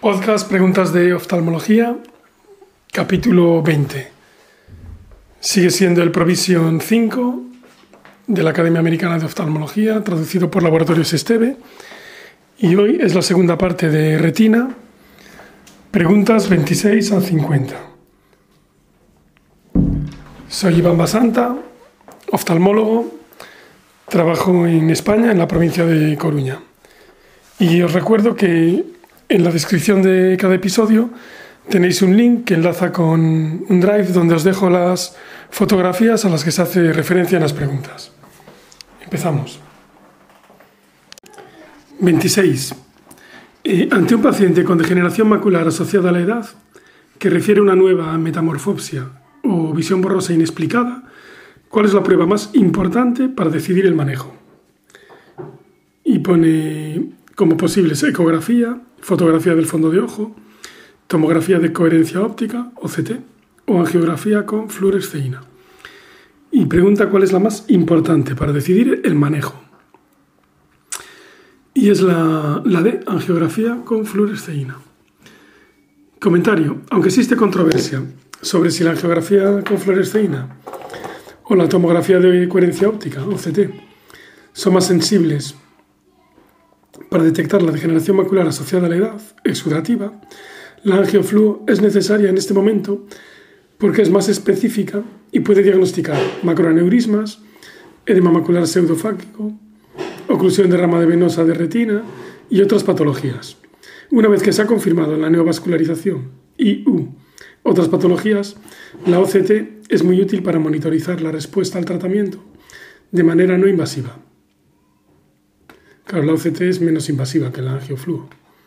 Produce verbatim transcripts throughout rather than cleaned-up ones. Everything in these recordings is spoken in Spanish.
Podcast Preguntas de Oftalmología, capítulo veinte. Sigue siendo el Provision cinco de la Academia Americana de Oftalmología, traducido por Laboratorios Esteve. Y hoy es la segunda parte de Retina, preguntas veintiséis a cincuenta. Soy Iván Basanta, oftalmólogo, trabajo en España, en la provincia de Coruña. Y os recuerdo que en la descripción de cada episodio tenéis un link que enlaza con un Drive donde os dejo las fotografías a las que se hace referencia en las preguntas. Empezamos. veintiséis. Eh, ante un paciente con degeneración macular asociada a la edad, que refiere a una nueva metamorfopsia o visión borrosa inexplicada, ¿cuál es la prueba más importante para decidir el manejo? Y pone como posibles ecografía, fotografía del fondo de ojo, tomografía de coherencia óptica, O C T, o angiografía con fluoresceína. Y pregunta cuál es la más importante para decidir el manejo. Y es la, la de angiografía con fluoresceína. Comentario. Aunque existe controversia sobre si la angiografía con fluoresceína o la tomografía de coherencia óptica, O C T, son más sensibles para detectar la degeneración macular asociada a la edad exudativa, la angiofluo es necesaria en este momento porque es más específica y puede diagnosticar macroaneurismas, edema macular pseudofágico, oclusión de rama venosa de retina y otras patologías. Una vez que se ha confirmado la neovascularización y u otras patologías, la O C T es muy útil para monitorizar la respuesta al tratamiento de manera no invasiva. Claro, la O C T es menos invasiva que la angiofluo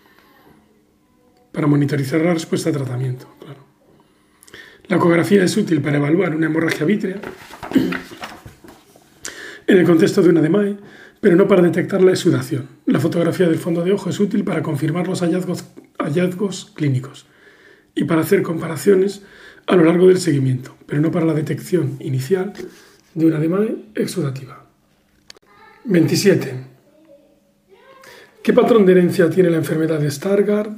para monitorizar la respuesta al tratamiento. Claro. La ecografía es útil para evaluar una hemorragia vítrea en el contexto de una D M A E, pero no para detectar la exudación. La fotografía del fondo de ojo es útil para confirmar los hallazgos, hallazgos clínicos y para hacer comparaciones a lo largo del seguimiento, pero no para la detección inicial de una D M A E exudativa. veintisiete. ¿Qué patrón de herencia tiene la enfermedad de Stargardt?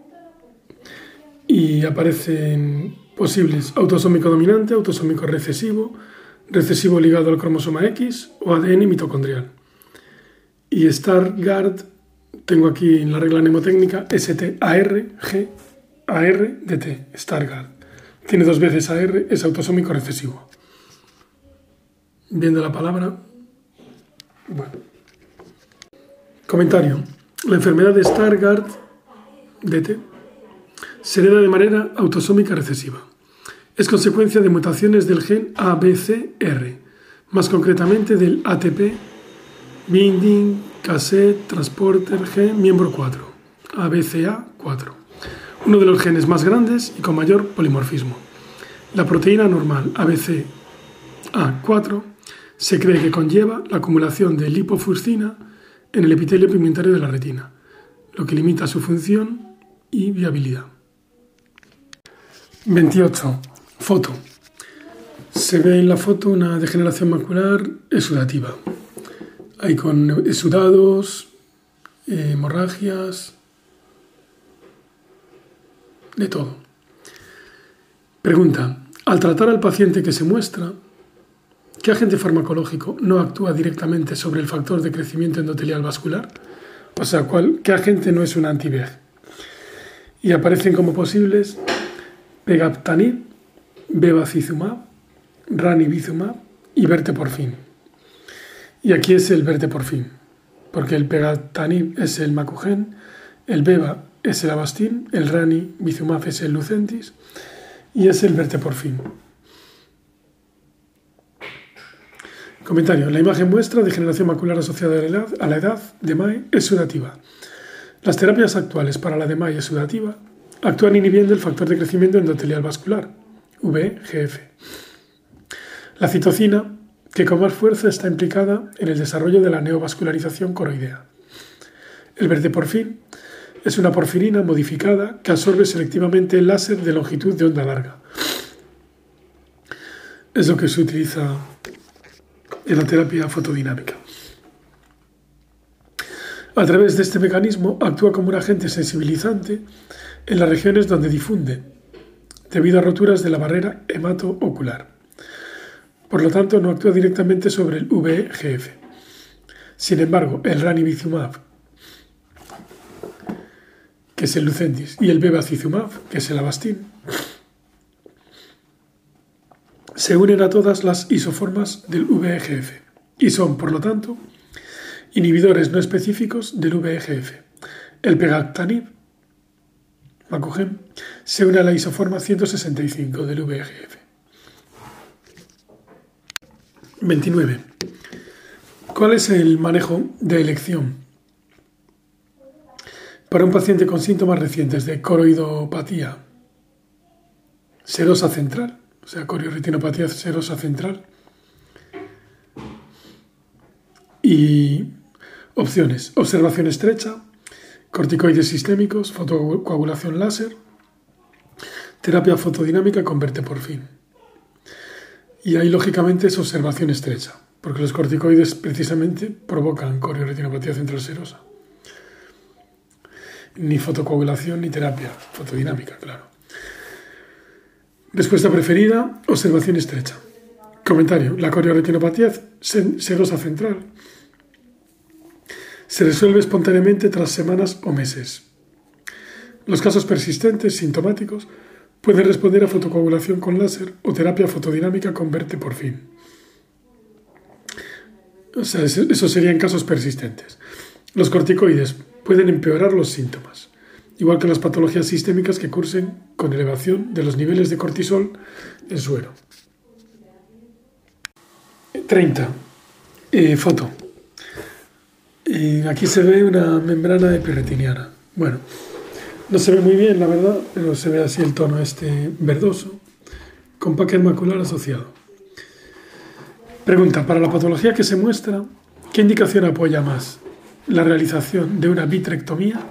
Y aparecen posibles autosómico dominante, autosómico recesivo, recesivo ligado al cromosoma X o A D N mitocondrial. Y Stargardt, tengo aquí en la regla mnemotécnica S T A R G A R D T, Stargardt. Tiene dos veces A R, es autosómico recesivo. Viendo la palabra, bueno. Comentario. La enfermedad de Stargardt D T se hereda de manera autosómica recesiva. Es consecuencia de mutaciones del gen A B C R, más concretamente del A T P Binding Cassette Transporter G miembro cuatro, A B C A cuatro, uno de los genes más grandes y con mayor polimorfismo. La proteína normal A B C A cuatro se cree que conlleva la acumulación de lipofuscina en el epitelio pigmentario de la retina, lo que limita su función y viabilidad. veintiocho. Foto. Se ve en la foto una degeneración macular exudativa. Hay con exudados, hemorragias, de todo. Pregunta. Al tratar al paciente que se muestra, ¿qué agente farmacológico no actúa directamente sobre el factor de crecimiento endotelial vascular? O sea, ¿cuál, ¿qué agente no es un anti-V E G? Y aparecen como posibles pegaptanib, bevacizumab, ranibizumab y verteporfin. Y aquí es el verteporfin, porque el pegaptanib es el Macugen, el beva es el Avastin, el ranibizumab es el Lucentis y es el verteporfin. Comentario. La imagen muestra degeneración macular asociada a la edad, a la edad D M A E exudativa. Las terapias actuales para la D M A E exudativa actúan inhibiendo el factor de crecimiento endotelial vascular, V G F. La citocina, que con más fuerza está implicada en el desarrollo de la neovascularización coroidea. El verteporfin es una porfirina modificada que absorbe selectivamente el láser de longitud de onda larga. Es lo que se utiliza en la terapia fotodinámica. A través de este mecanismo actúa como un agente sensibilizante en las regiones donde difunde, debido a roturas de la barrera hemato-ocular. Por lo tanto, no actúa directamente sobre el V E G F. Sin embargo, el ranibizumab, que es el Lucentis, y el bevacizumab, que es el Avastin, se unen a todas las isoformas del V E G F y son, por lo tanto, inhibidores no específicos del V E G F. El pegactanib, Macugen, se une a la isoforma ciento sesenta y cinco del V E G F. veintinueve. ¿Cuál es el manejo de elección para un paciente con síntomas recientes de coroidopatía serosa central? O sea, corioretinopatía serosa central. Y opciones: observación estrecha, corticoides sistémicos, fotocoagulación láser, terapia fotodinámica con verteporfin. Y ahí, lógicamente, es observación estrecha, porque los corticoides precisamente provocan corioretinopatía central serosa. Ni fotocoagulación ni terapia fotodinámica, claro. Respuesta preferida: observación estrecha. Comentario: la corioretinopatía serosa central se resuelve espontáneamente tras semanas o meses. Los casos persistentes, sintomáticos, pueden responder a fotocoagulación con láser o terapia fotodinámica con verteporfin. O sea, esos serían casos persistentes. Los corticoides pueden empeorar los síntomas, igual que las patologías sistémicas que cursen con elevación de los niveles de cortisol en suero. treinta. Eh, foto. Eh, aquí se ve una membrana epirretiniana. Bueno, no se ve muy bien, la verdad, pero se ve así el tono este verdoso, con páquer macular asociado. Pregunta: para la patología que se muestra, ¿qué indicación apoya más? ¿La realización de una vitrectomía?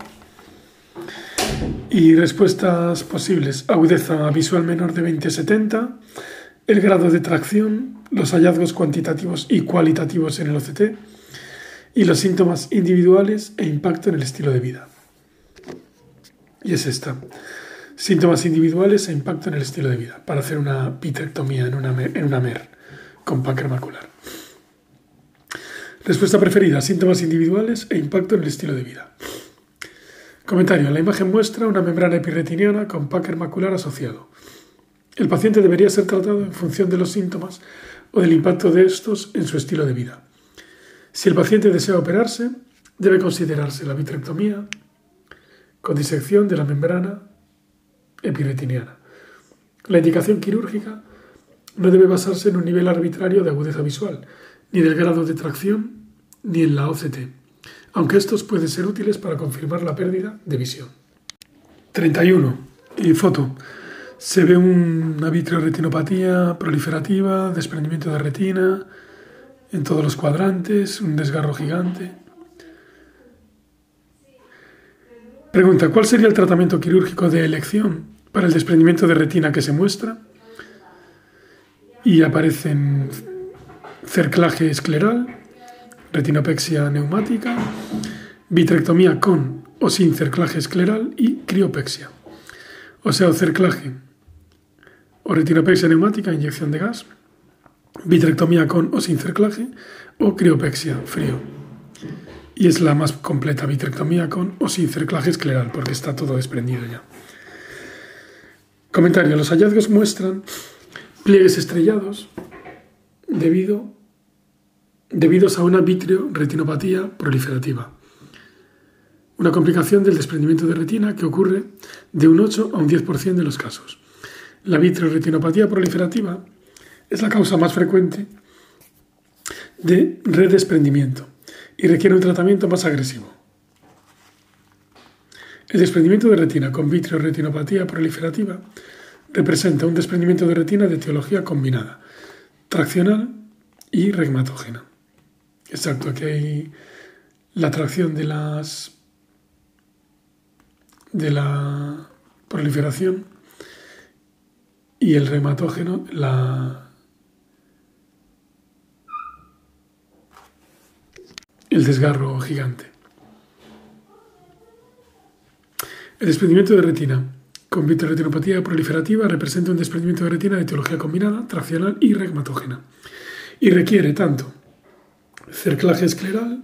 Y respuestas posibles: agudeza visual menor de veinte a setenta, el grado de tracción, los hallazgos cuantitativos y cualitativos en el O C T y los síntomas individuales e impacto en el estilo de vida. Y es esta: síntomas individuales e impacto en el estilo de vida, para hacer una vitrectomía en una, en una M E R con páquer macular. Respuesta preferida: síntomas individuales e impacto en el estilo de vida. Comentario: la imagen muestra una membrana epirretiniana con páquer macular asociado. El paciente debería ser tratado en función de los síntomas o del impacto de estos en su estilo de vida. Si el paciente desea operarse, debe considerarse la vitrectomía con disección de la membrana epirretiniana. La indicación quirúrgica no debe basarse en un nivel arbitrario de agudeza visual, ni del grado de tracción, ni en la O C T, aunque estos pueden ser útiles para confirmar la pérdida de visión. treinta y uno. Y foto. Se ve una vitreoretinopatía proliferativa, desprendimiento de retina en todos los cuadrantes, un desgarro gigante. Pregunta: ¿cuál sería el tratamiento quirúrgico de elección para el desprendimiento de retina que se muestra? Y aparecen cerclaje escleral, retinopexia neumática, vitrectomía con o sin cerclaje escleral y criopexia. O sea, cerclaje o retinopexia neumática, inyección de gas, vitrectomía con o sin cerclaje o criopexia, frío. Y es la más completa, vitrectomía con o sin cerclaje escleral, porque está todo desprendido ya. Comentario: los hallazgos muestran pliegues estrellados debido, debidos a una vitreoretinopatía proliferativa, una complicación del desprendimiento de retina que ocurre de un ocho a un diez por ciento de los casos. La vitreoretinopatía proliferativa es la causa más frecuente de redesprendimiento y requiere un tratamiento más agresivo. El desprendimiento de retina con vitreoretinopatía proliferativa representa un desprendimiento de retina de etiología combinada, traccional y regmatógena. Exacto, aquí hay la tracción de las de la proliferación y el regmatógeno, la el desgarro gigante. El desprendimiento de retina con vitreoretinopatía proliferativa representa un desprendimiento de retina de etiología combinada, traccional y regmatógena, y requiere tanto cerclaje escleral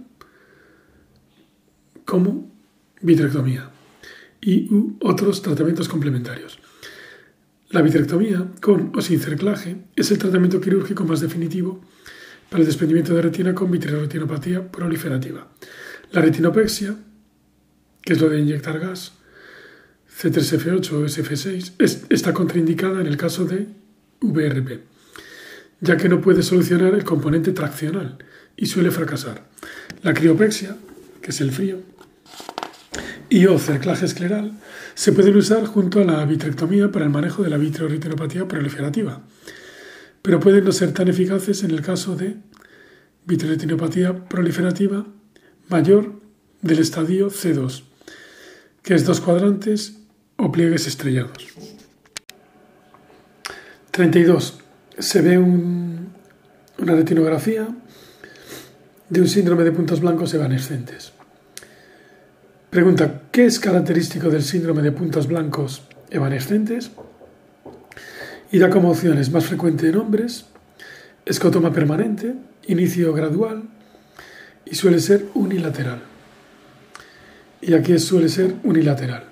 como vitrectomía y u otros tratamientos complementarios. La vitrectomía, con o sin cerclaje, es el tratamiento quirúrgico más definitivo para el desprendimiento de retina con vitreoretinopatía proliferativa. La retinopexia, que es lo de inyectar gas, C tres F ocho o S F seis, es, está contraindicada en el caso de V R P, ya que no puede solucionar el componente traccional y suele fracasar. La criopexia, que es el frío, y o cerclaje escleral se pueden usar junto a la vitrectomía para el manejo de la vitreoretinopatía proliferativa, pero pueden no ser tan eficaces en el caso de vitreoretinopatía proliferativa mayor del estadio C dos, que es dos cuadrantes o pliegues estrellados. treinta y dos. Se ve un, una retinografía de un síndrome de puntos blancos evanescentes. Pregunta, ¿qué es característico del síndrome de puntos blancos evanescentes? Y da como opciones: más frecuente en hombres, escotoma permanente, inicio gradual y suele ser unilateral. Y aquí suele ser unilateral.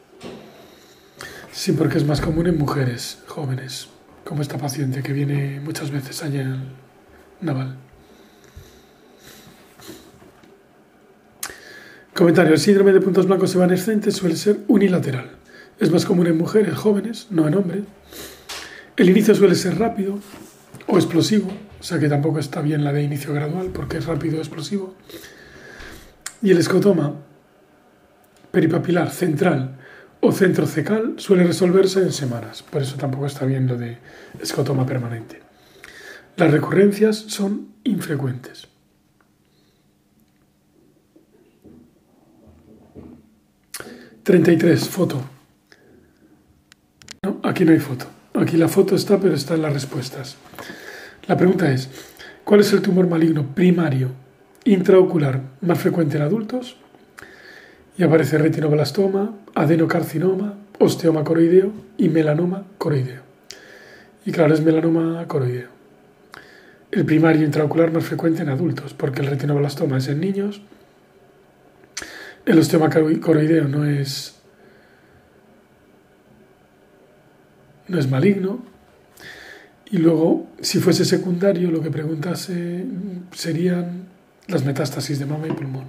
Sí, porque es más común en mujeres jóvenes, como esta paciente que viene muchas veces allá en Naval. Comentario: el síndrome de puntos blancos evanescentes suele ser unilateral. Es más común en mujeres jóvenes, no en hombres. El inicio suele ser rápido o explosivo, o sea que tampoco está bien la de inicio gradual porque es rápido o explosivo. Y el escotoma peripapilar central o centrocecal suele resolverse en semanas, por eso tampoco está bien lo de escotoma permanente. Las recurrencias son infrecuentes. treinta y tres. Foto. No, aquí no hay foto. Aquí la foto está, pero está en las respuestas. La pregunta es: ¿cuál es el tumor maligno primario intraocular más frecuente en adultos? Y aparece retinoblastoma, adenocarcinoma, osteoma coroideo y melanoma coroideo. Y claro, es melanoma coroideo. El primario intraocular más frecuente en adultos, porque el retinoblastoma es en niños. El osteoma coroideo no es, no es maligno. Y luego, si fuese secundario, lo que preguntase serían las metástasis de mama y pulmón.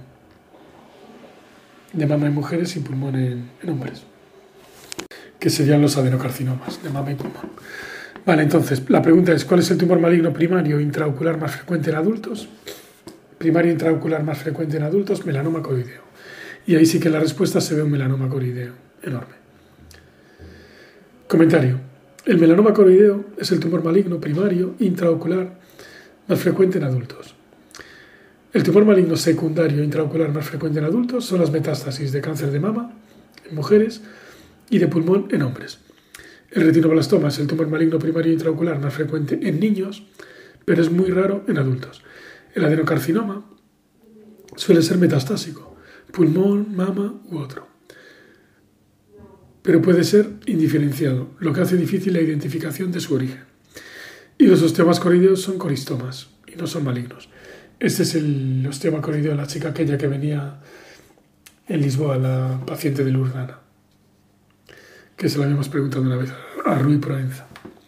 De mama en mujeres y pulmón en, en hombres, que serían los adenocarcinomas de mama y pulmón. Vale, entonces, la pregunta es: ¿cuál es el tumor maligno primario intraocular más frecuente en adultos? Primario intraocular más frecuente en adultos, melanoma coroideo. Y ahí sí que en la respuesta se ve un melanoma coroideo enorme. Comentario: el melanoma coroideo es el tumor maligno primario intraocular más frecuente en adultos. El tumor maligno secundario intraocular más frecuente en adultos son las metástasis de cáncer de mama en mujeres y de pulmón en hombres. El retinoblastoma es el tumor maligno primario intraocular más frecuente en niños, pero es muy raro en adultos. El adenocarcinoma suele ser metastásico, pulmón, mama u otro, pero puede ser indiferenciado, lo que hace difícil la identificación de su origen. Y los osteomas coroideos son coristomas y no son malignos. Este es el osteoma coroideo de la chica aquella que venía en Lisboa, la paciente de Lurdana, que se lo habíamos preguntado una vez a Rui Proenza.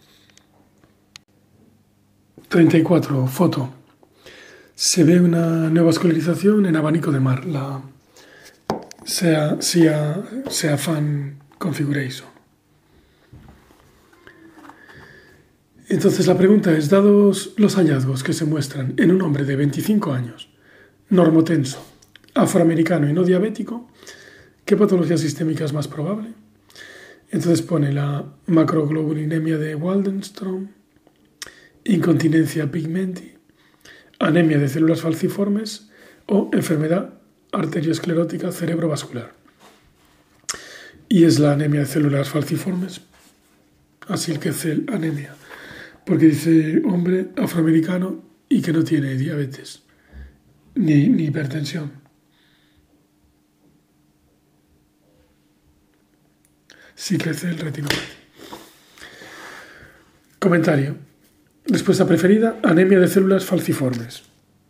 treinta y cuatro. Foto. Se ve una neovascularización en abanico de mar, la SEA, SEA, SEA Fan Configuration. Entonces la pregunta es: dados los hallazgos que se muestran en un hombre de veinticinco años, normotenso, afroamericano y no diabético, ¿qué patología sistémica es más probable? Entonces pone la macroglobulinemia de Waldenstrom, incontinencia pigmenti, anemia de células falciformes o enfermedad arteriosclerótica cerebrovascular. Y es la anemia de células falciformes, así que es el anemia, porque dice hombre afroamericano y que no tiene diabetes ni, ni hipertensión. si crece el retinopatía. Comentario. Respuesta preferida, anemia de células falciformes.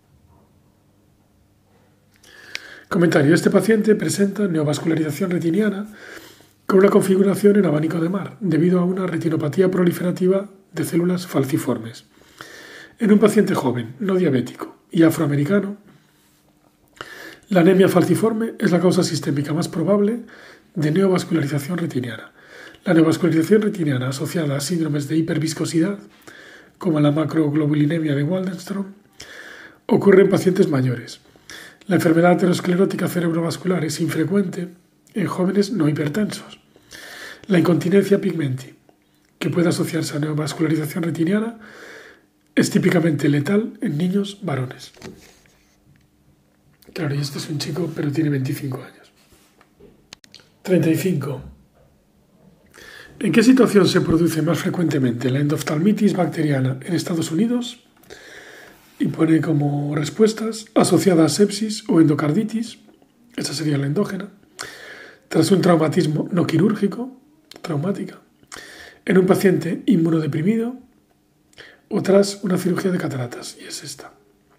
Comentario. Este paciente presenta neovascularización retiniana con una configuración en abanico de mar, debido a una retinopatía proliferativa de células falciformes. En un paciente joven, no diabético y afroamericano, la anemia falciforme es la causa sistémica más probable de neovascularización retiniana. La neovascularización retiniana asociada a síndromes de hiperviscosidad, como la macroglobulinemia de Waldenstrom, ocurre en pacientes mayores. La enfermedad aterosclerótica cerebrovascular es infrecuente en jóvenes no hipertensos. La incontinencia pigmenti, que puede asociarse a neovascularización retiniana, es típicamente letal en niños varones. Claro, y este es un chico, pero tiene veinticinco años. treinta y cinco. ¿En qué situación se produce más frecuentemente la endoftalmitis bacteriana en Estados Unidos? Y pone como respuestas asociada a sepsis o endocarditis, esa sería la endógena, tras un traumatismo no quirúrgico, traumática, en un paciente inmunodeprimido o tras una cirugía de cataratas, y es esta.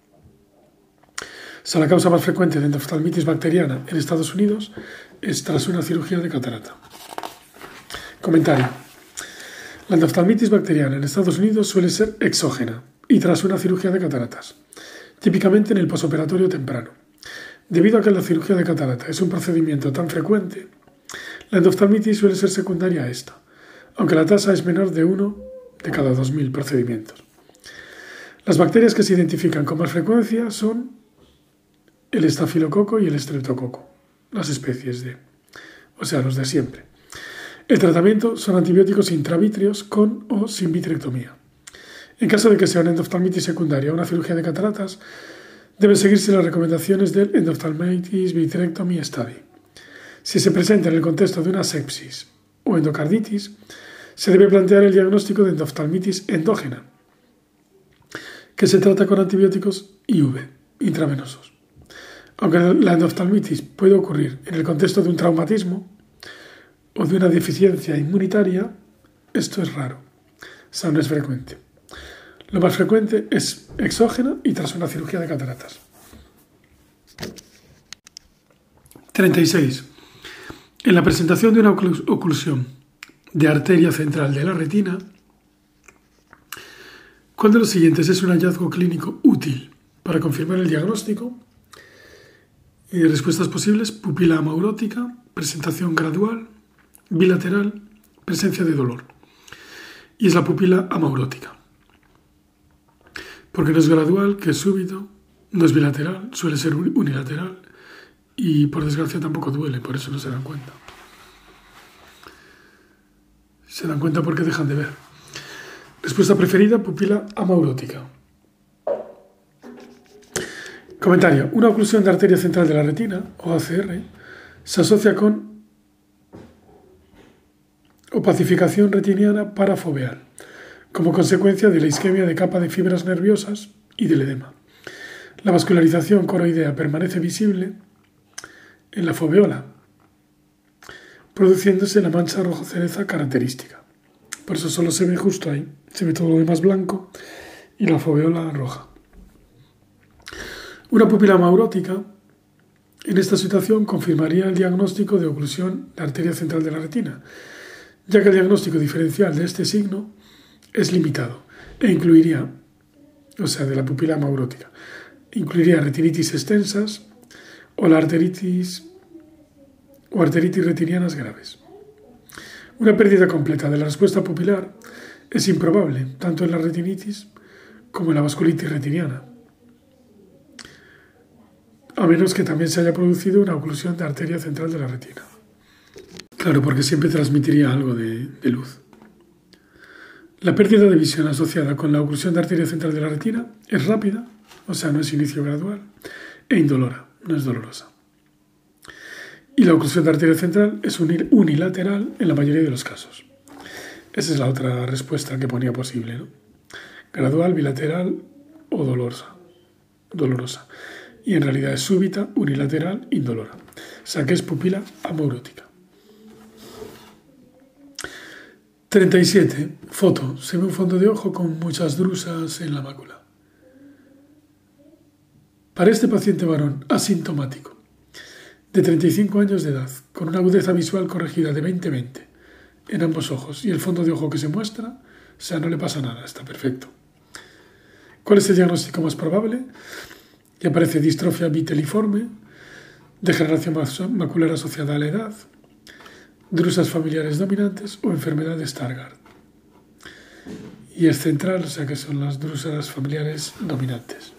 O sea, la causa más frecuente de endoftalmitis bacteriana en Estados Unidos es tras una cirugía de catarata. Comentario. La endoftalmitis bacteriana en Estados Unidos suele ser exógena y tras una cirugía de cataratas, típicamente en el posoperatorio temprano. Debido a que la cirugía de catarata es un procedimiento tan frecuente, la endoftalmitis suele ser secundaria a esta, aunque la tasa es menor de uno de cada dos mil procedimientos. Las bacterias que se identifican con más frecuencia son el estafilococo y el estreptococo, las especies de, o sea, los de siempre. El tratamiento son antibióticos intravítreos con o sin vitrectomía. En caso de que sea una endoftalmitis secundaria o una cirugía de cataratas, deben seguirse las recomendaciones del Endophthalmitis Vitrectomy Study. Si se presenta en el contexto de una sepsis o endocarditis, se debe plantear el diagnóstico de endoftalmitis endógena, que se trata con antibióticos I V, intravenosos. Aunque la endoftalmitis puede ocurrir en el contexto de un traumatismo o de una deficiencia inmunitaria, esto es raro, o sea, no es frecuente. Lo más frecuente es exógena y tras una cirugía de cataratas. treinta y seis. En la presentación de una oclusión de arteria central de la retina, ¿cuál de los siguientes es un hallazgo clínico útil para confirmar el diagnóstico? Y respuestas posibles: pupila amaurótica, presentación gradual, bilateral, presencia de dolor. Y es la pupila amaurótica. Porque no es gradual, que es súbito, no es bilateral, suele ser unilateral y por desgracia tampoco duele, por eso no se dan cuenta. Se dan cuenta porque dejan de ver. Respuesta preferida, pupila amaurótica. Comentario. Una oclusión de arteria central de la retina, o A C R, se asocia con opacificación retiniana parafoveal, como consecuencia de la isquemia de capa de fibras nerviosas y del edema. La vascularización coroidea permanece visible en la foveola, produciéndose la mancha rojo cereza característica. Por eso solo se ve justo ahí, se ve todo lo demás blanco y la foveola roja. Una pupila amaurótica en esta situación confirmaría el diagnóstico de oclusión de arteria central de la retina, ya que el diagnóstico diferencial de este signo es limitado e incluiría, o sea, de la pupila amaurótica, incluiría retinitis extensas o la arteritis o arteritis retinianas graves. Una pérdida completa de la respuesta pupilar es improbable, tanto en la retinitis como en la vasculitis retiniana, a menos que también se haya producido una oclusión de arteria central de la retina. Claro, porque siempre transmitiría algo de, de luz. La pérdida de visión asociada con la oclusión de arteria central de la retina es rápida, o sea, no es inicio gradual, e indolora, no es dolorosa. Y la oclusión de arteria central es unilateral en la mayoría de los casos. Esa es la otra respuesta que ponía posible, ¿no? Gradual, bilateral o dolorosa. dolorosa. Y en realidad es súbita, unilateral, indolora. O sea que es pupila amaurótica. treinta y siete. Foto. Se ve un fondo de ojo con muchas drusas en la mácula. Para este paciente varón asintomático, de treinta y cinco años de edad, con una agudeza visual corregida de veinte veinte en ambos ojos y el fondo de ojo que se muestra, o sea, no le pasa nada, está perfecto. ¿Cuál es el diagnóstico más probable? Y aparece distrofia viteliforme, degeneración macular asociada a la edad, drusas familiares dominantes o enfermedad de Stargardt. Y es central, o sea que son las drusas familiares dominantes.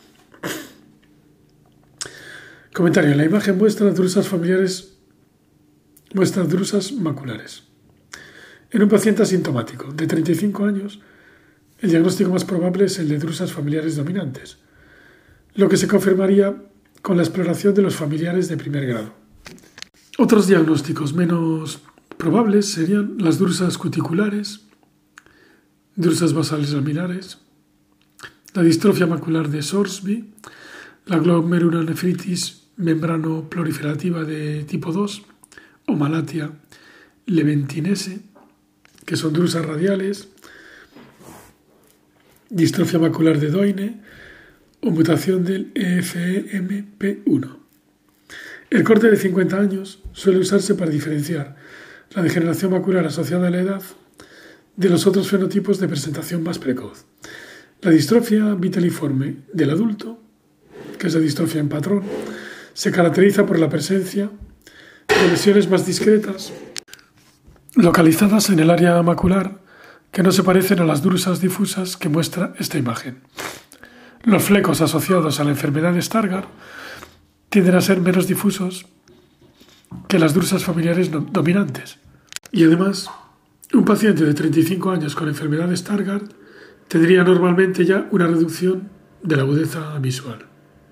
Comentario. La imagen muestra drusas familiares, muestra drusas maculares. En un paciente asintomático de treinta y cinco años, el diagnóstico más probable es el de drusas familiares dominantes, lo que se confirmaría con la exploración de los familiares de primer grado. Otros diagnósticos menos probables serían las drusas cuticulares, drusas basales laminares, la distrofia macular de Sorsby, la glomerulonefritis membrano proliferativa de tipo dos o malatia leventinese, que son drusas radiales, distrofia macular de Doyne o mutación del E F E M P uno. El corte de cincuenta años suele usarse para diferenciar la degeneración macular asociada a la edad de los otros fenotipos de presentación más precoz. La distrofia viteliforme del adulto, que es la distrofia en patrón, se caracteriza por la presencia de lesiones más discretas, localizadas en el área macular, que no se parecen a las drusas difusas que muestra esta imagen. Los flecos asociados a la enfermedad de Stargardt tienden a ser menos difusos que las drusas familiares dominantes. Y además, un paciente de treinta y cinco años con enfermedad de Stargardt tendría normalmente ya una reducción de la agudeza visual.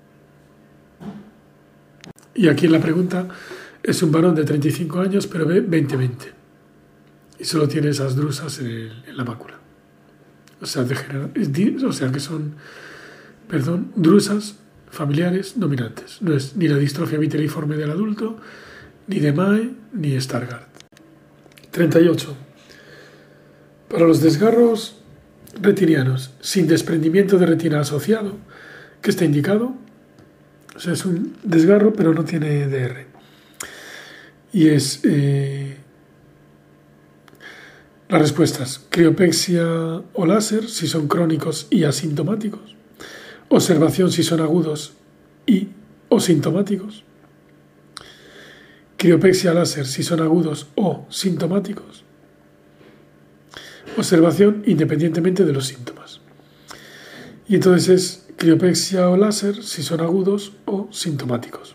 Y aquí en la pregunta es un varón de treinta y cinco años, pero ve veinte veinte. Y solo tiene esas drusas en, el, en la mácula. O sea, de, o sea que son, perdón, drusas familiares dominantes. No es ni la distrofia viteliforme del adulto, ni de M A E, ni Stargardt. treinta y ocho. Para los desgarros retinianos sin desprendimiento de retina asociado, ¿qué está indicado? O sea, es un desgarro, pero no tiene D R. Y es... Eh, las respuestas: criopexia o láser si son crónicos y asintomáticos, observación si son agudos y o sintomáticos, criopexia láser si son agudos o sintomáticos, observación independientemente de los síntomas. Y entonces es criopexia o láser si son agudos o sintomáticos.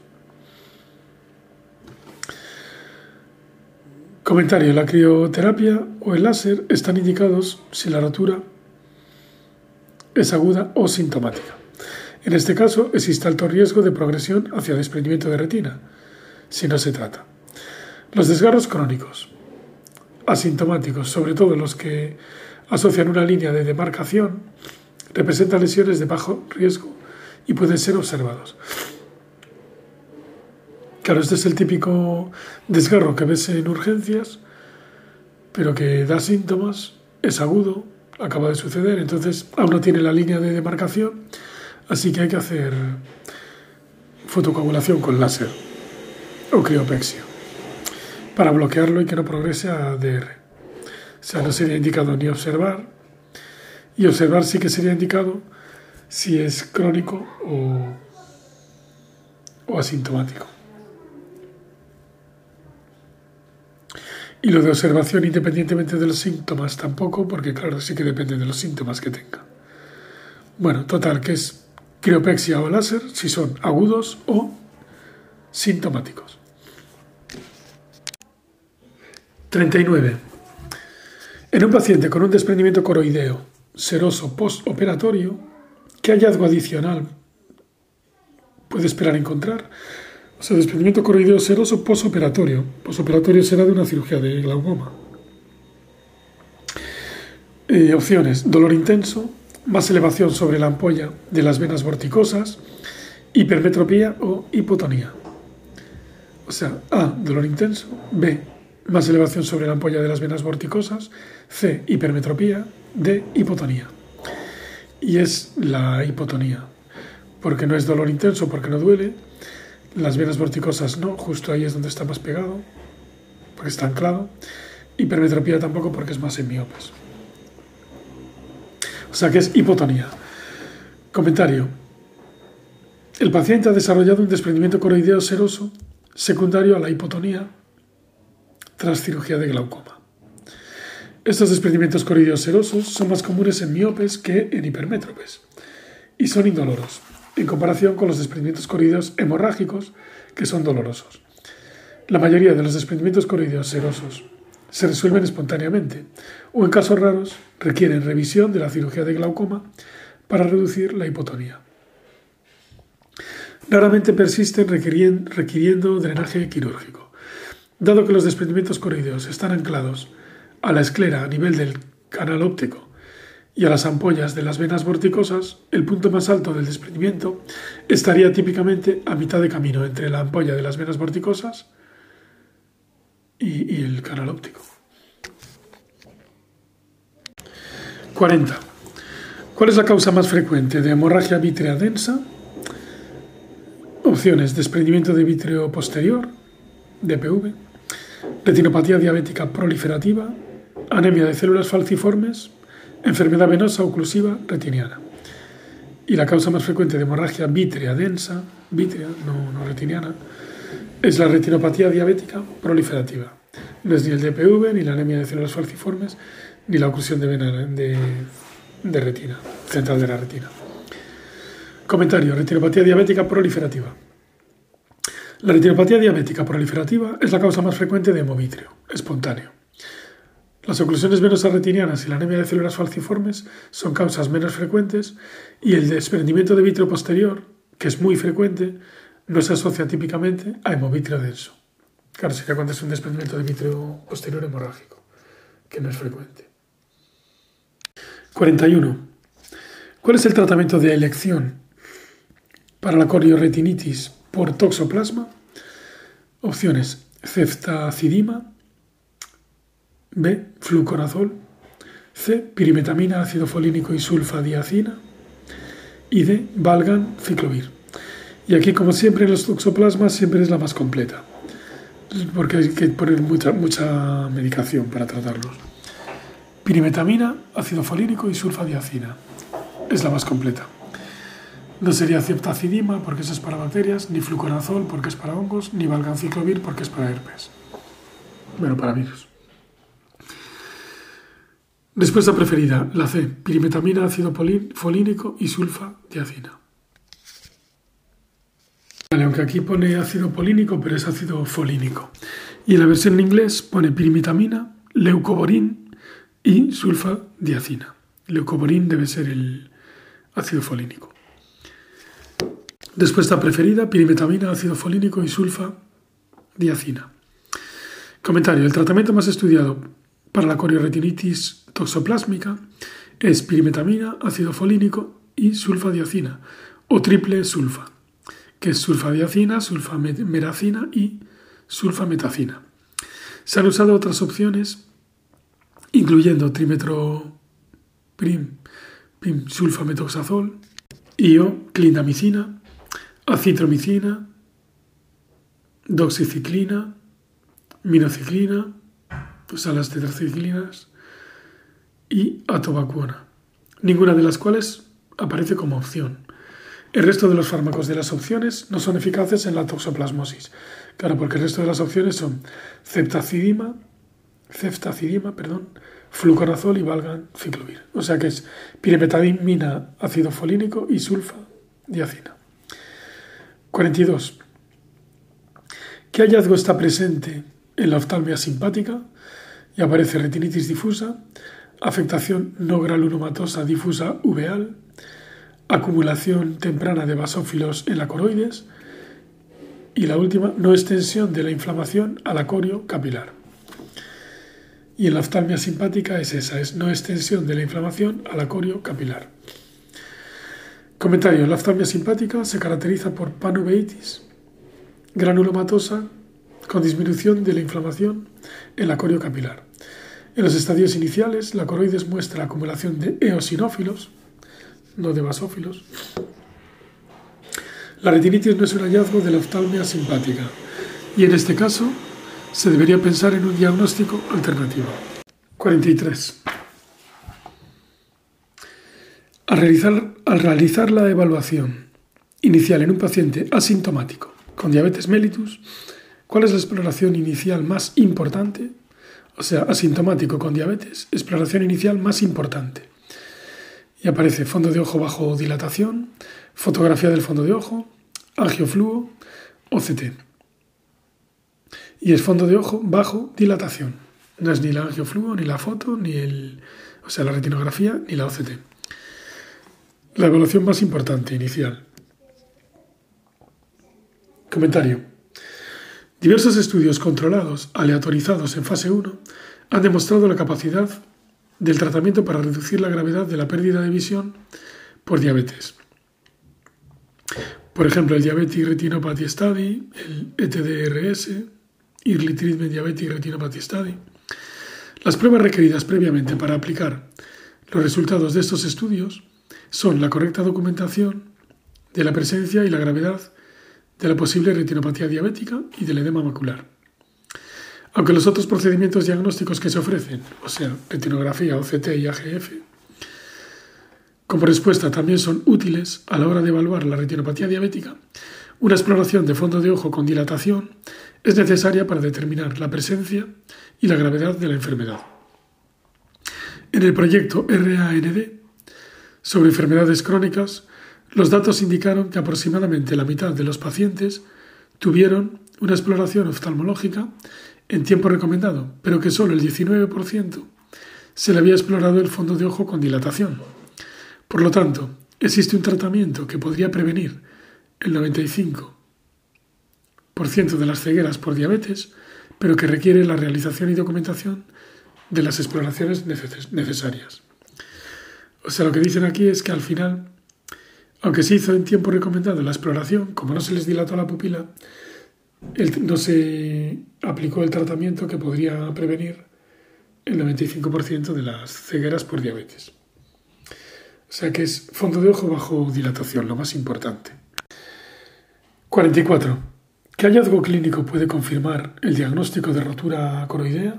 Comentario. La crioterapia o el láser están indicados si la rotura es aguda o sintomática. En este caso existe alto riesgo de progresión hacia desprendimiento de retina, si no se trata. Los desgarros crónicos, asintomáticos, sobre todo los que asocian una línea de demarcación, representan lesiones de bajo riesgo y pueden ser observados. Claro, este es el típico desgarro que ves en urgencias, pero que da síntomas, es agudo, acaba de suceder, entonces aún no tiene la línea de demarcación, así que hay que hacer fotocoagulación con láser o criopexia para bloquearlo y que no progrese a D R. O sea, no sería indicado ni observar, y observar sí que sería indicado si es crónico o, o asintomático. Y lo de observación independientemente de los síntomas tampoco, porque claro, sí que depende de los síntomas que tenga. Bueno, total, que es criopexia o láser si son agudos o sintomáticos. treinta y nueve. En un paciente con un desprendimiento coroideo seroso postoperatorio, ¿qué hallazgo adicional puede esperar encontrar? O sea, desprendimiento coroideo seroso postoperatorio. Postoperatorio será de una cirugía de glaucoma. Eh, opciones: dolor intenso, más elevación sobre la ampolla de las venas vorticosas, hipermetropía o hipotonía. O sea, A, dolor intenso, B, más elevación sobre la ampolla de las venas vorticosas, C, hipermetropía, D, hipotonía. Y es la hipotonía, porque no es dolor intenso, porque no duele, las venas vorticosas no, justo ahí es donde está más pegado, porque está anclado, hipermetropía tampoco porque es más en miopes. O sea que es hipotonía. Comentario. El paciente ha desarrollado un desprendimiento coroideo seroso secundario a la hipotonía tras cirugía de glaucoma. Estos desprendimientos coroideos serosos son más comunes en miopes que en hipermétropes y son indoloros, en comparación con los desprendimientos coroideos hemorrágicos, que son dolorosos. La mayoría de los desprendimientos coroideos serosos se resuelven espontáneamente o, en casos raros, requieren revisión de la cirugía de glaucoma para reducir la hipotonía. Raramente persisten requiriendo drenaje quirúrgico. Dado que los desprendimientos coroideos están anclados a la esclera a nivel del canal óptico y a las ampollas de las venas vorticosas, el punto más alto del desprendimiento estaría típicamente a mitad de camino entre la ampolla de las venas vorticosas y, y el canal óptico. cuarenta. ¿Cuál es la causa más frecuente de hemorragia vítrea densa? Opciones: desprendimiento de vítreo posterior, D P V, retinopatía diabética proliferativa, anemia de células falciformes, enfermedad venosa oclusiva retiniana. Y la causa más frecuente de hemorragia vítrea densa, vítrea, no, no retiniana, es la retinopatía diabética proliferativa. No es ni el D P V, ni la anemia de células falciformes, ni la oclusión de vena de, de retina, central de la retina. Comentario: retinopatía diabética proliferativa. La retinopatía diabética proliferativa es la causa más frecuente de hemovítreo espontáneo. Las oclusiones venosas retinianas y la anemia de células falciformes son causas menos frecuentes y el desprendimiento de vítreo posterior, que es muy frecuente, no se asocia típicamente a hemovítreo denso. Claro, sería cuando es un desprendimiento de vítreo posterior hemorrágico, que no es frecuente. cuarenta y uno. ¿Cuál es el tratamiento de elección para la corioretinitis por toxoplasma? Opciones: ceftacidima, B, fluconazol, C, pirimetamina, ácido folínico y sulfadiacina, y D, valgan, ciclovir. Y aquí, como siempre en los toxoplasmas, siempre es la más completa, porque hay que poner mucha, mucha medicación para tratarlos. Pirimetamina, ácido folínico y sulfadiacina es la más completa. No sería ceftacidima porque eso es para bacterias, ni fluconazol porque es para hongos, ni valganciclovir porque es para herpes. Bueno, para virus. Respuesta preferida, la C, pirimetamina, ácido folínico y sulfadiacina. Vale, aunque aquí pone ácido polínico, pero es ácido folínico. Y en la versión en inglés pone pirimetamina, leucovorin y sulfadiacina. Leucovorin debe ser el ácido folínico. Respuesta preferida, pirimetamina, ácido folínico y sulfadiacina. Comentario: el tratamiento más estudiado para la corioretinitis toxoplásmica es pirimetamina, ácido folínico y sulfadiacina, o triple sulfa, que es sulfadiacina, sulfameracina y sulfametacina. Se han usado otras opciones, incluyendo trimetoprim, sulfametoxazol, ioclindamicina, acitromicina, doxiciclina, minociclina, o sea, las tetraciclinas, y atovacuona, ninguna de las cuales aparece como opción. El resto de los fármacos de las opciones no son eficaces en la toxoplasmosis. Claro, porque el resto de las opciones son ceftacidima, ceftacidima, perdón, fluconazol y valganciclovir. O sea que es pirimetamina, ácido folínico y sulfadiacina. cuarenta y dos. ¿Qué hallazgo está presente en la oftalmia simpática? Y aparece retinitis difusa, afectación no granulomatosa difusa uveal, acumulación temprana de basófilos en la coroides y la última, no extensión de la inflamación a la corio capilar. Y en la oftalmia simpática es esa, es no extensión de la inflamación a la corio capilar. Comentario: la oftalmia simpática se caracteriza por panuveitis granulomatosa con disminución de la inflamación en la corio capilar. En los estadios iniciales, la coroides muestra acumulación de eosinófilos, no de basófilos. La retinitis no es un hallazgo de la oftalmia simpática y en este caso se debería pensar en un diagnóstico alternativo. cuarenta y tres. Al realizar, al realizar la evaluación inicial en un paciente asintomático con diabetes mellitus, ¿cuál es la exploración inicial más importante? O sea, asintomático con diabetes, exploración inicial más importante. Y aparece fondo de ojo bajo dilatación, fotografía del fondo de ojo, angiofluo, O C T. Y es fondo de ojo bajo dilatación. No es ni la angiofluo, ni la foto, ni el, o sea, la retinografía, ni la O C T. La evaluación más importante, inicial. Comentario. Diversos estudios controlados, aleatorizados en fase uno, han demostrado la capacidad del tratamiento para reducir la gravedad de la pérdida de visión por diabetes. Por ejemplo, el Diabetic Retinopathy Study, el E T D R S, Early Treatment Diabetic Retinopathy Study. Las pruebas requeridas previamente para aplicar los resultados de estos estudios son la correcta documentación de la presencia y la gravedad de la posible retinopatía diabética y del edema macular. Aunque los otros procedimientos diagnósticos que se ofrecen, o sea, retinografía, O C T y A G F, como respuesta también son útiles a la hora de evaluar la retinopatía diabética, una exploración de fondo de ojo con dilatación es necesaria para determinar la presencia y la gravedad de la enfermedad. En el proyecto R A N D sobre enfermedades crónicas, los datos indicaron que aproximadamente la mitad de los pacientes tuvieron una exploración oftalmológica en tiempo recomendado, pero que solo el diecinueve por ciento se le había explorado el fondo de ojo con dilatación. Por lo tanto, existe un tratamiento que podría prevenir el noventa y cinco por ciento de las cegueras por diabetes, pero que requiere la realización y documentación de las exploraciones necesarias. O sea, lo que dicen aquí es que al final, aunque se hizo en tiempo recomendado la exploración, como no se les dilató la pupila, el, no se aplicó el tratamiento que podría prevenir el noventa y cinco por ciento de las cegueras por diabetes. O sea que es fondo de ojo bajo dilatación, lo más importante. cuarenta y cuatro. ¿Qué hallazgo clínico puede confirmar el diagnóstico de rotura coroidea?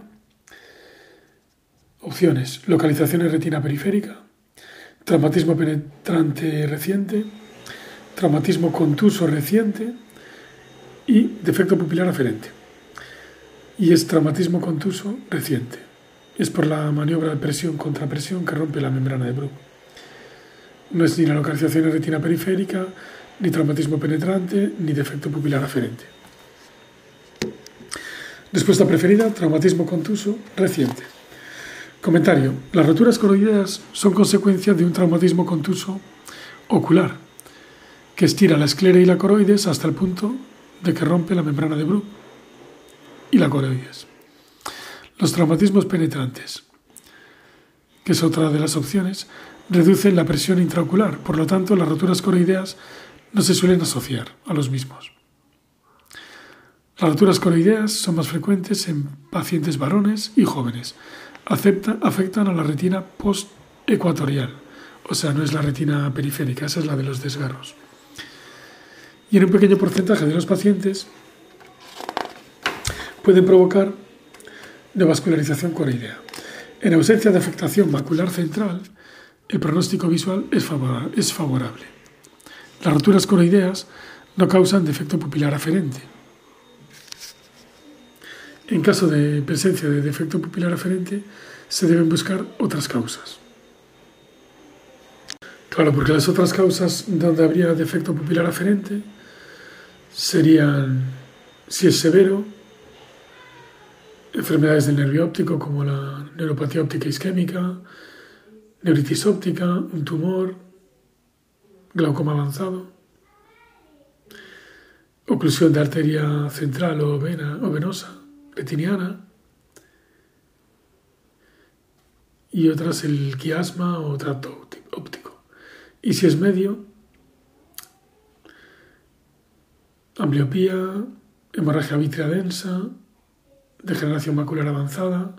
Opciones: localización en retina periférica, traumatismo penetrante reciente, traumatismo contuso reciente y defecto pupilar aferente. Y es traumatismo contuso reciente. Es por la maniobra de presión contra presión que rompe la membrana de Bruch. No es ni la localización en retina periférica, ni traumatismo penetrante, ni defecto pupilar aferente. Respuesta preferida: traumatismo contuso reciente. Comentario. Las roturas coroideas son consecuencia de un traumatismo contuso ocular, que estira la esclera y la coroides hasta el punto de que rompe la membrana de Bruch y la coroides. Los traumatismos penetrantes, que es otra de las opciones, reducen la presión intraocular, por lo tanto las roturas coroideas no se suelen asociar a los mismos. Las roturas coroideas son más frecuentes en pacientes varones y jóvenes. Acepta, afectan a la retina postecuatorial, o sea, no es la retina periférica, esa es la de los desgarros. Y en un pequeño porcentaje de los pacientes pueden provocar neovascularización coroidea. En ausencia de afectación macular central, el pronóstico visual es favorable. Las roturas coroideas no causan defecto pupilar aferente. En caso de presencia de defecto pupilar aferente, se deben buscar otras causas. Claro, porque las otras causas donde habría defecto pupilar aferente serían, si es severo, enfermedades del nervio óptico como la neuropatía óptica isquémica, neuritis óptica, un tumor, glaucoma avanzado, oclusión de arteria central o vena o venosa, retiniana, y otras el quiasma o tracto óptico. Y si es medio, ambliopía, hemorragia vítrea densa, degeneración macular avanzada,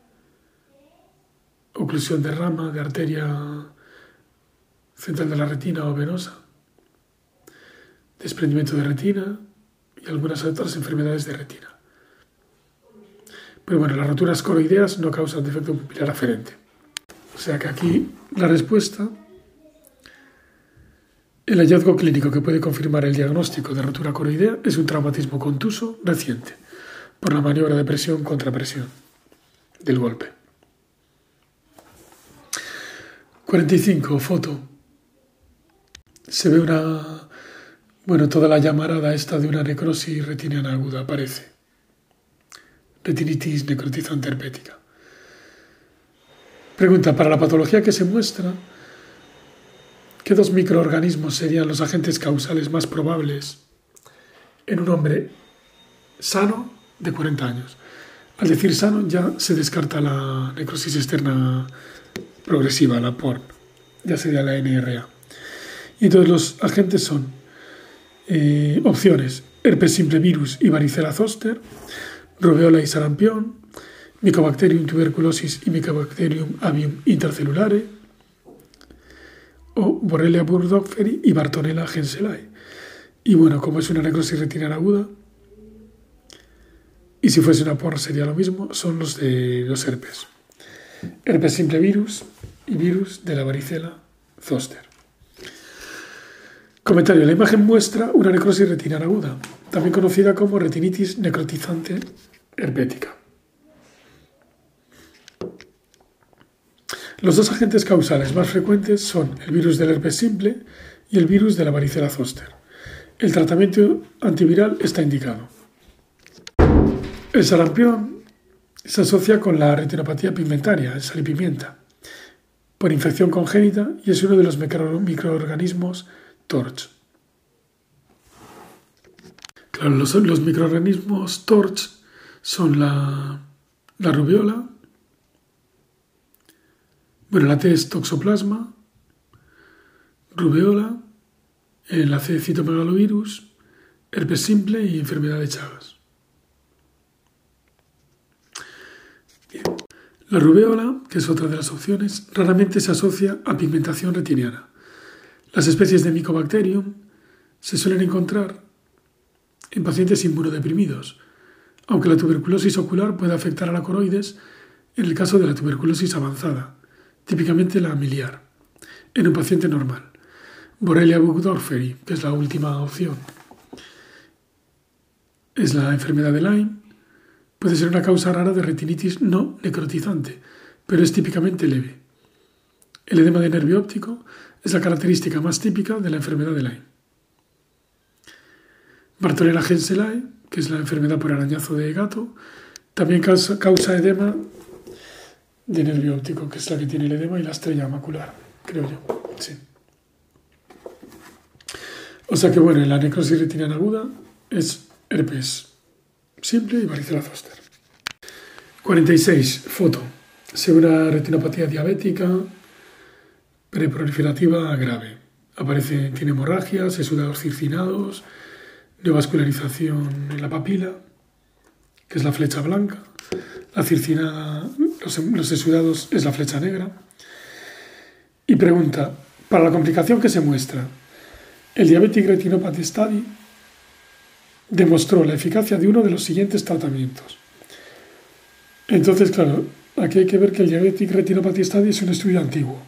oclusión de rama de arteria central de la retina o venosa, desprendimiento de retina y algunas otras enfermedades de retina. Pero bueno, las roturas coroideas no causan defecto pupilar aferente. O sea que aquí la respuesta, el hallazgo clínico que puede confirmar el diagnóstico de rotura coroidea es un traumatismo contuso reciente por la maniobra de presión contra presión del golpe. cuarenta y cinco, foto. Se ve una, bueno, toda la llamarada esta de una necrosis retiniana aguda aparece. Retinitis necrotizante herpética. Pregunta, para la patología que se muestra, ¿qué dos microorganismos serían los agentes causales más probables en un hombre sano de cuarenta años? Al decir sano ya se descarta la necrosis externa progresiva, la P O R, ya sería la N R A. Y entonces los agentes son eh, opciones: herpes simple virus y varicela zoster, rubeola y sarampión, Mycobacterium tuberculosis y Mycobacterium avium intercellulare, o Borrelia burgdorferi y Bartonella henselae. Y bueno, como es una necrosis retiniana aguda, y si fuese una P O R sería lo mismo, son los de los herpes. Herpes simple virus y virus de la varicela zoster. Comentario. La imagen muestra una necrosis retiniana aguda, también conocida como retinitis necrotizante herpética. Los dos agentes causales más frecuentes son el virus del herpes simple y el virus de la varicela zoster. El tratamiento antiviral está indicado. El sarampión se asocia con la retinopatía pigmentaria, el sal y pimienta, por infección congénita, y es uno de los micro microorganismos TORCH. Claro, los, los microorganismos TORCH son la, la rubiola, bueno, la T es toxoplasma, rubiola, la C citomegalovirus, herpes simple y enfermedad de Chagas. Bien. La rubeola, que es otra de las opciones, raramente se asocia a pigmentación retiniana. Las especies de Mycobacterium se suelen encontrar en pacientes inmunodeprimidos, aunque la tuberculosis ocular puede afectar a la coroides en el caso de la tuberculosis avanzada, típicamente la miliar, en un paciente normal. Borrelia burgdorferi, que es la última opción, es la enfermedad de Lyme. Puede ser una causa rara de retinitis no necrotizante, pero es típicamente leve. El edema de nervio óptico es la característica más típica de la enfermedad de Lyme. Bartonella henselae, que es la enfermedad por arañazo de gato, también causa, causa edema de nervio óptico, que es la que tiene el edema y la estrella macular, creo yo. Sí. O sea que bueno, la necrosis retiniana aguda es herpes simple y varicela zoster. cuarenta y seis. Foto. Se ve una retinopatía diabética preproliferativa grave. Aparece, tiene hemorragias, exudados circinados, neovascularización en la papila, que es la flecha blanca. La circinada, los, los exudados es la flecha negra. Y pregunta, para la complicación que se muestra, el Diabetic Retinopathy Study demostró la eficacia de uno de los siguientes tratamientos. Entonces, claro, aquí hay que ver que el Diabetic Retinopathy Study es un estudio antiguo.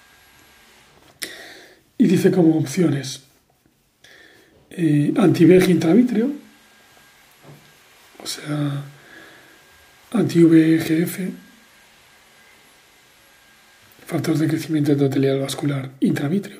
Y dice como opciones eh, anti-V E G intravítrea, o sea, anti-V E G F, factor de crecimiento endotelial vascular intravítreo.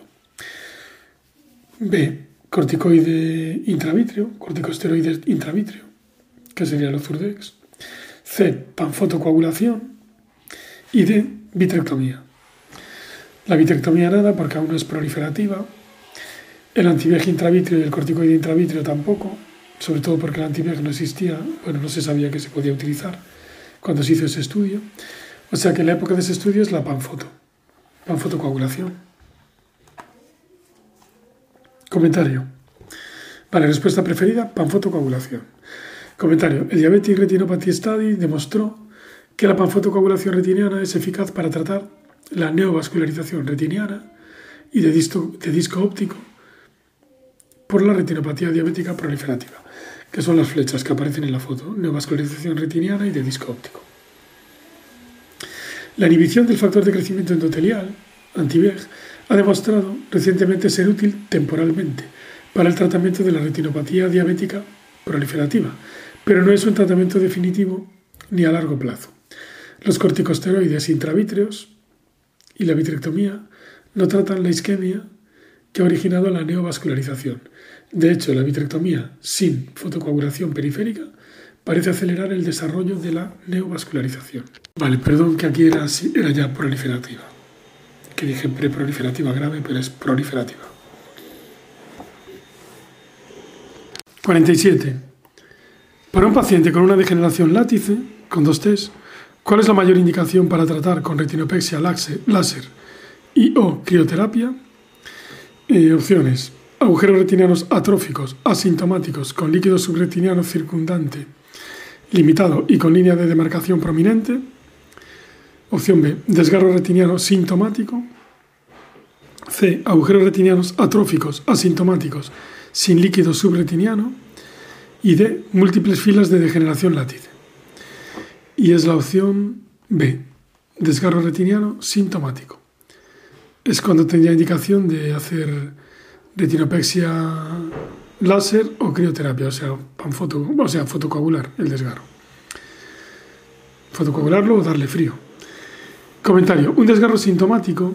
B, corticoide intravítreo, corticosteroide intravítreo, que sería el Ozurdex. C, panfotocoagulación. Y D, vitrectomía. La vitrectomía nada, porque aún no es proliferativa. El anti-V E G intravítreo y el corticoide intravítreo tampoco, sobre todo porque el anti-V E G no existía, bueno, no se sabía que se podía utilizar cuando se hizo ese estudio. O sea que en la época de ese estudio es la panfoto, panfotocoagulación. Comentario. Vale, respuesta preferida, panfotocoagulación. Comentario. El Diabetic Retinopathy Study demostró que la panfotocoagulación retiniana es eficaz para tratar la neovascularización retiniana y de disco, de disco óptico por la retinopatía diabética proliferativa, que son las flechas que aparecen en la foto, neovascularización retiniana y de disco óptico. La inhibición del factor de crecimiento endotelial, anti-V E G, ha demostrado recientemente ser útil temporalmente para el tratamiento de la retinopatía diabética proliferativa, pero no es un tratamiento definitivo ni a largo plazo. Los corticosteroides intravítreos y la vitrectomía no tratan la isquemia que ha originado la neovascularización. De hecho, la vitrectomía sin fotocoagulación periférica parece acelerar el desarrollo de la neovascularización. Vale, perdón que aquí era, así, era ya proliferativa. Que dije preproliferativa grave, pero es proliferativa. cuarenta y siete. Para un paciente con una degeneración látice, con dos T's, ¿cuál es la mayor indicación para tratar con retinopexia láser y o crioterapia? Eh, opciones. Agujeros retinianos atróficos, asintomáticos, con líquido subretiniano circundante limitado y con línea de demarcación prominente. Opción B. Desgarro retiniano sintomático. C. Agujeros retinianos atróficos, asintomáticos, sin líquido subretiniano. Y D. Múltiples filas de degeneración látice. Y es la opción B. Desgarro retiniano sintomático. Es cuando tendría indicación de hacer retinopexia láser o crioterapia, o sea, panfoto, o sea, fotocoagular el desgarro. Fotocoagularlo o darle frío. Comentario. Un desgarro sintomático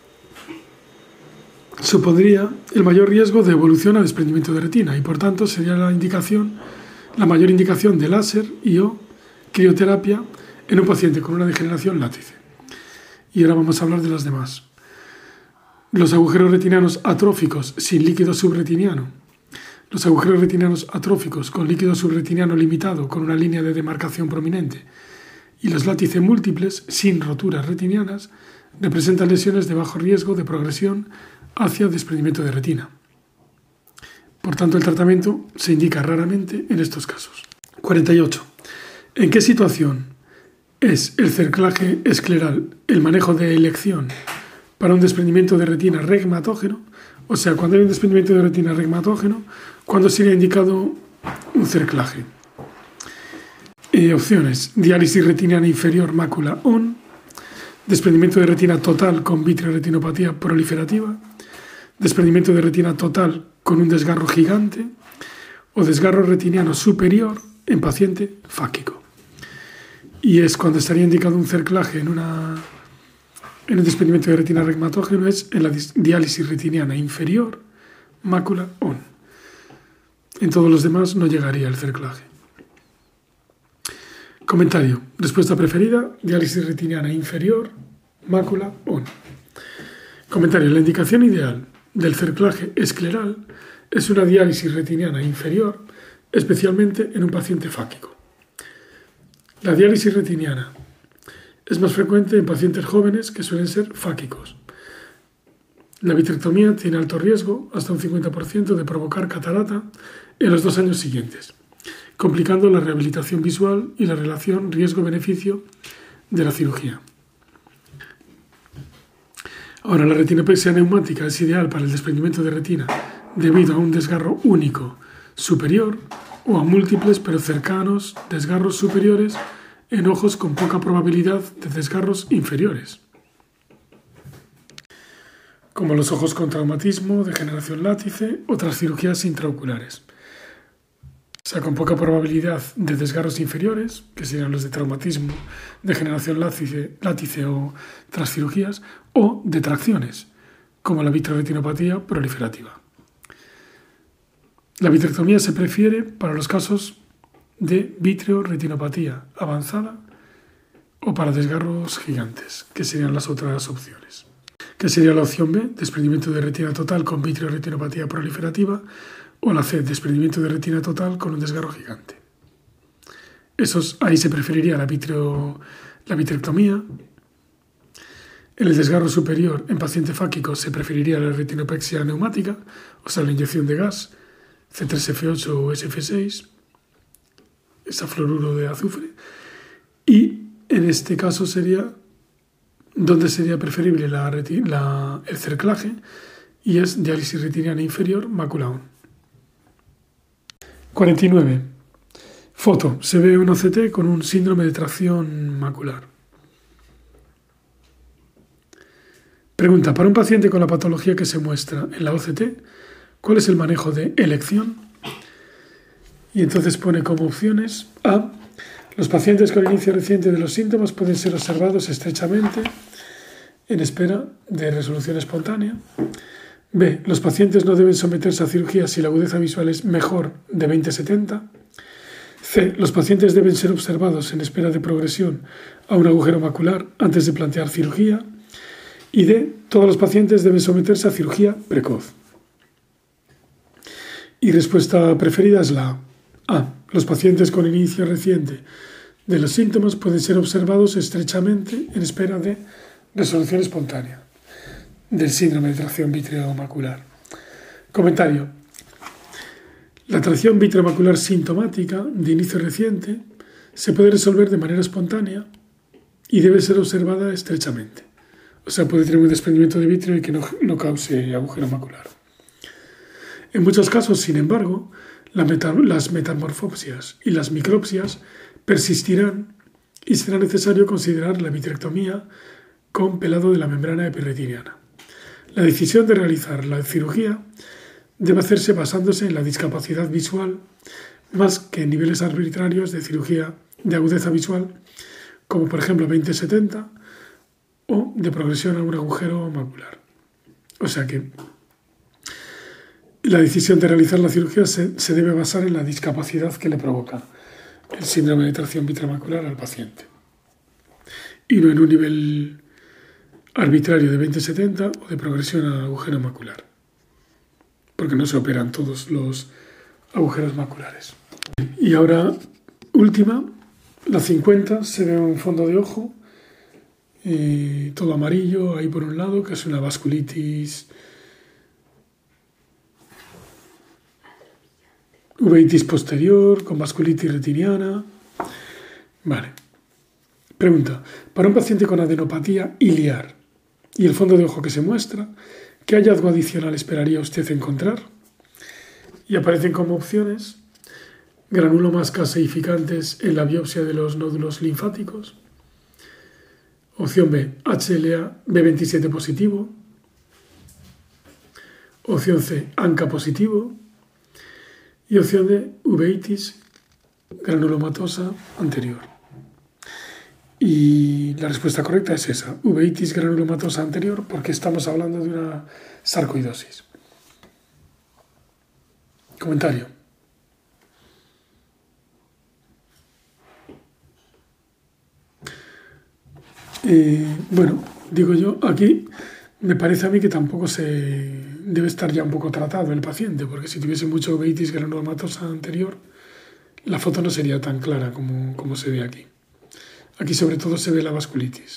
supondría el mayor riesgo de evolución a desprendimiento de retina y por tanto sería la indicación, la mayor indicación de láser y o crioterapia en un paciente con una degeneración látice. Y ahora vamos a hablar de las demás. Los agujeros retinianos atróficos sin líquido subretiniano. Los agujeros retinianos atróficos con líquido subretiniano limitado con una línea de demarcación prominente y los látices múltiples sin roturas retinianas representan lesiones de bajo riesgo de progresión hacia desprendimiento de retina. Por tanto, el tratamiento se indica raramente en estos casos. cuarenta y ocho. ¿En qué situación es el cerclaje escleral el manejo de elección para un desprendimiento de retina regmatógeno? O sea, cuando hay un desprendimiento de retina regmatógeno, ¿cuándo sería indicado un cerclaje? Eh, opciones. Diálisis retiniana inferior mácula O N, desprendimiento de retina total con vitreoretinopatía proliferativa, desprendimiento de retina total con un desgarro gigante o desgarro retiniano superior en paciente fáquico. Y es cuando estaría indicado un cerclaje en, una, en un desprendimiento de retina regmatógeno es en la diálisis retiniana inferior mácula O N. En todos los demás no llegaría el cerclaje. Comentario. Respuesta preferida, diálisis retiniana inferior, mácula O N. Comentario. La indicación ideal del cerclaje escleral es una diálisis retiniana inferior, especialmente en un paciente fáquico. La diálisis retiniana es más frecuente en pacientes jóvenes que suelen ser fáquicos. La vitrectomía tiene alto riesgo, hasta un cincuenta por ciento, de provocar catarata en los dos años siguientes, complicando la rehabilitación visual y la relación riesgo-beneficio de la cirugía. Ahora, la retinopexia neumática es ideal para el desprendimiento de retina debido a un desgarro único superior o a múltiples pero cercanos desgarros superiores en ojos con poca probabilidad de desgarros inferiores, como los ojos con traumatismo, degeneración látice, otras cirugías intraoculares. O sea, con poca probabilidad de desgarros inferiores, que serían los de traumatismo, degeneración látice, látice o transcirugías, o de tracciones, como la vitreoretinopatía proliferativa. La vitrectomía se prefiere para los casos de vitreoretinopatía avanzada o para desgarros gigantes, que serían las otras opciones. Que sería la opción B, desprendimiento de retina total con vitreoretinopatía proliferativa, o la C, desprendimiento de retina total con un desgarro gigante. Esos, ahí se preferiría la, vitreo, la vitrectomía. En el desgarro superior, en paciente fáquico, se preferiría la retinopexia neumática, o sea, la inyección de gas, C tres F ocho o S F seis. ese fluoruro de azufre. Y en este caso sería, ¿dónde sería preferible la, la, el cerclaje? Y es diálisis retiniana inferior, mácula uno. cuarenta y nueve. Foto. Se ve un O C T con un síndrome de tracción macular. Pregunta. Para un paciente con la patología que se muestra en la O C T, ¿cuál es el manejo de elección? Y entonces pone como opciones: A. Los pacientes con inicio reciente de los síntomas pueden ser observados estrechamente en espera de resolución espontánea. B. Los pacientes no deben someterse a cirugía si la agudeza visual es mejor de veinte setenta. C. Los pacientes deben ser observados en espera de progresión a un agujero macular antes de plantear cirugía. Y D. Todos los pacientes deben someterse a cirugía precoz. Y respuesta preferida es la A. A. Los pacientes con inicio reciente de los síntomas pueden ser observados estrechamente en espera de resolución espontánea del síndrome de tracción vitreomacular. Comentario. La tracción vitreomacular sintomática de inicio reciente se puede resolver de manera espontánea y debe ser observada estrechamente. O sea, puede tener un desprendimiento de vítreo y que no, no cause agujero macular. En muchos casos, sin embargo, la meta, las metamorfopsias y las micropsias persistirán y será necesario considerar la vitrectomía con pelado de la membrana epirretiniana. La decisión de realizar la cirugía debe hacerse basándose en la discapacidad visual más que en niveles arbitrarios de cirugía de agudeza visual, como por ejemplo veinte setenta, o de progresión a un agujero macular. O sea que la decisión de realizar la cirugía se, se debe basar en la discapacidad que le provoca el síndrome de tracción vitreomacular al paciente, y no en un nivel arbitrario de veinte setenta o de progresión al agujero macular, porque no se operan todos los agujeros maculares. Y ahora, última, la cincuenta, se ve un fondo de ojo, eh, todo amarillo, ahí por un lado, que es una vasculitis, uveitis posterior, con vasculitis retiniana. Vale. Pregunta. Para un paciente con adenopatía iliar y el fondo de ojo que se muestra, ¿qué hallazgo adicional esperaría usted encontrar? Y aparecen como opciones granulomas caseificantes en la biopsia de los nódulos linfáticos. Opción B, H L A B veintisiete positivo. Opción C, ANCA positivo. Y opción D, uveitis granulomatosa anterior. Y la respuesta correcta es esa, uveitis granulomatosa anterior, porque estamos hablando de una sarcoidosis. Comentario. Eh, bueno, digo yo, aquí me parece a mí que tampoco se debe estar ya un poco tratado el paciente, porque si tuviese mucho uveitis granulomatosa anterior, la foto no sería tan clara como, como se ve aquí. Aquí sobre todo se ve la vasculitis.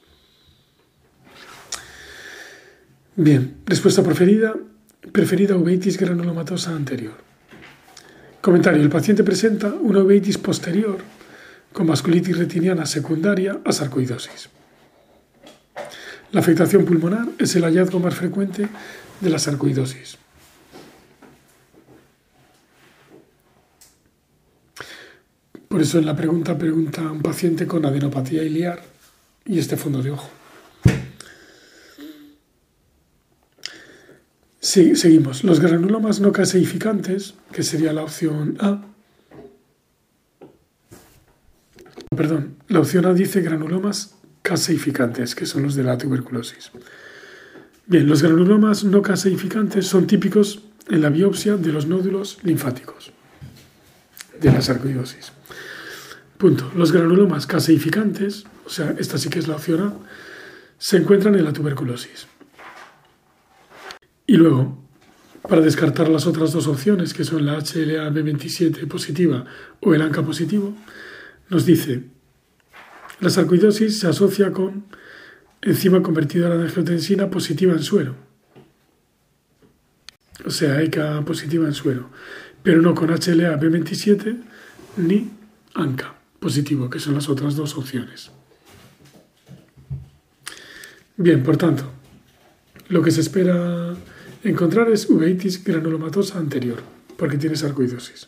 Bien, respuesta preferida, preferida uveitis granulomatosa anterior. Comentario, el paciente presenta una uveitis posterior con vasculitis retiniana secundaria a sarcoidosis. La afectación pulmonar es el hallazgo más frecuente de la sarcoidosis. Por eso en la pregunta pregunta a un paciente con adenopatía iliar y este fondo de ojo. Sí, seguimos. Los granulomas no caseificantes, que sería la opción A. Perdón, la opción A dice granulomas caseificantes, que son los de la tuberculosis. Bien, los granulomas no caseificantes son típicos en la biopsia de los nódulos linfáticos de la sarcoidosis. Punto. Los granulomas caseificantes, o sea, esta sí que es la opción A, se encuentran en la tuberculosis. Y luego, para descartar las otras dos opciones, que son la H L A B veintisiete positiva o el ANCA positivo, nos dice, la sarcoidosis se asocia con enzima convertidora de angiotensina positiva en suero, o sea, E C A positiva en suero, pero no con H L A B veintisiete ni ANCA positivo, que son las otras dos opciones. Bien, por tanto, lo que se espera encontrar es uveitis granulomatosa anterior, porque tiene sarcoidosis.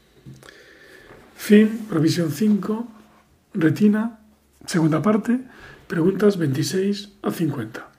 Fin, provisión cinco, retina, segunda parte, preguntas veintiséis a cincuenta.